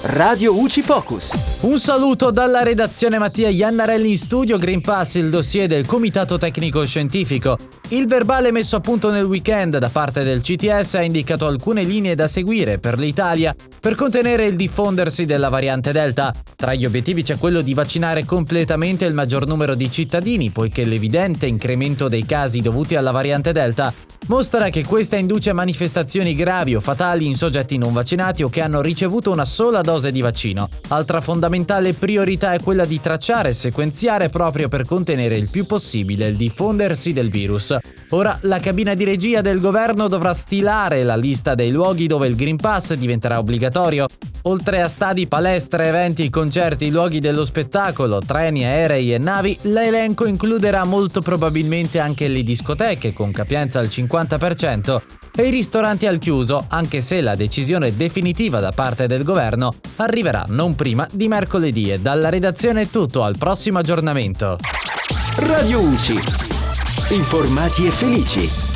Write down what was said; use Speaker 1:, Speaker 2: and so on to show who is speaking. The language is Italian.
Speaker 1: Radio UCI Focus.
Speaker 2: Un saluto dalla redazione Mattia Iannarelli in studio. Green Pass, il dossier del Comitato Tecnico Scientifico. Il verbale messo a punto nel weekend da parte del CTS ha indicato alcune linee da seguire per l'Italia per contenere il diffondersi della variante Delta. Tra gli obiettivi c'è quello di vaccinare completamente il maggior numero di cittadini, poiché l'evidente incremento dei casi dovuti alla variante Delta mostra che questa induce manifestazioni gravi o fatali in soggetti non vaccinati o che hanno ricevuto una sola dose di vaccino. Altra fondamentale priorità è quella di tracciare e sequenziare proprio per contenere il più possibile il diffondersi del virus. Ora la cabina di regia del governo dovrà stilare la lista dei luoghi dove il Green Pass diventerà obbligatorio. Oltre a stadi, palestre, eventi, concerti, luoghi dello spettacolo, treni, aerei e navi, l'elenco includerà molto probabilmente anche le discoteche con capienza al 50% e i ristoranti al chiuso, anche se la decisione definitiva da parte del governo arriverà non prima di mercoledì. E dalla redazione è tutto, al prossimo aggiornamento.
Speaker 1: Radio UCI. Informati e felici.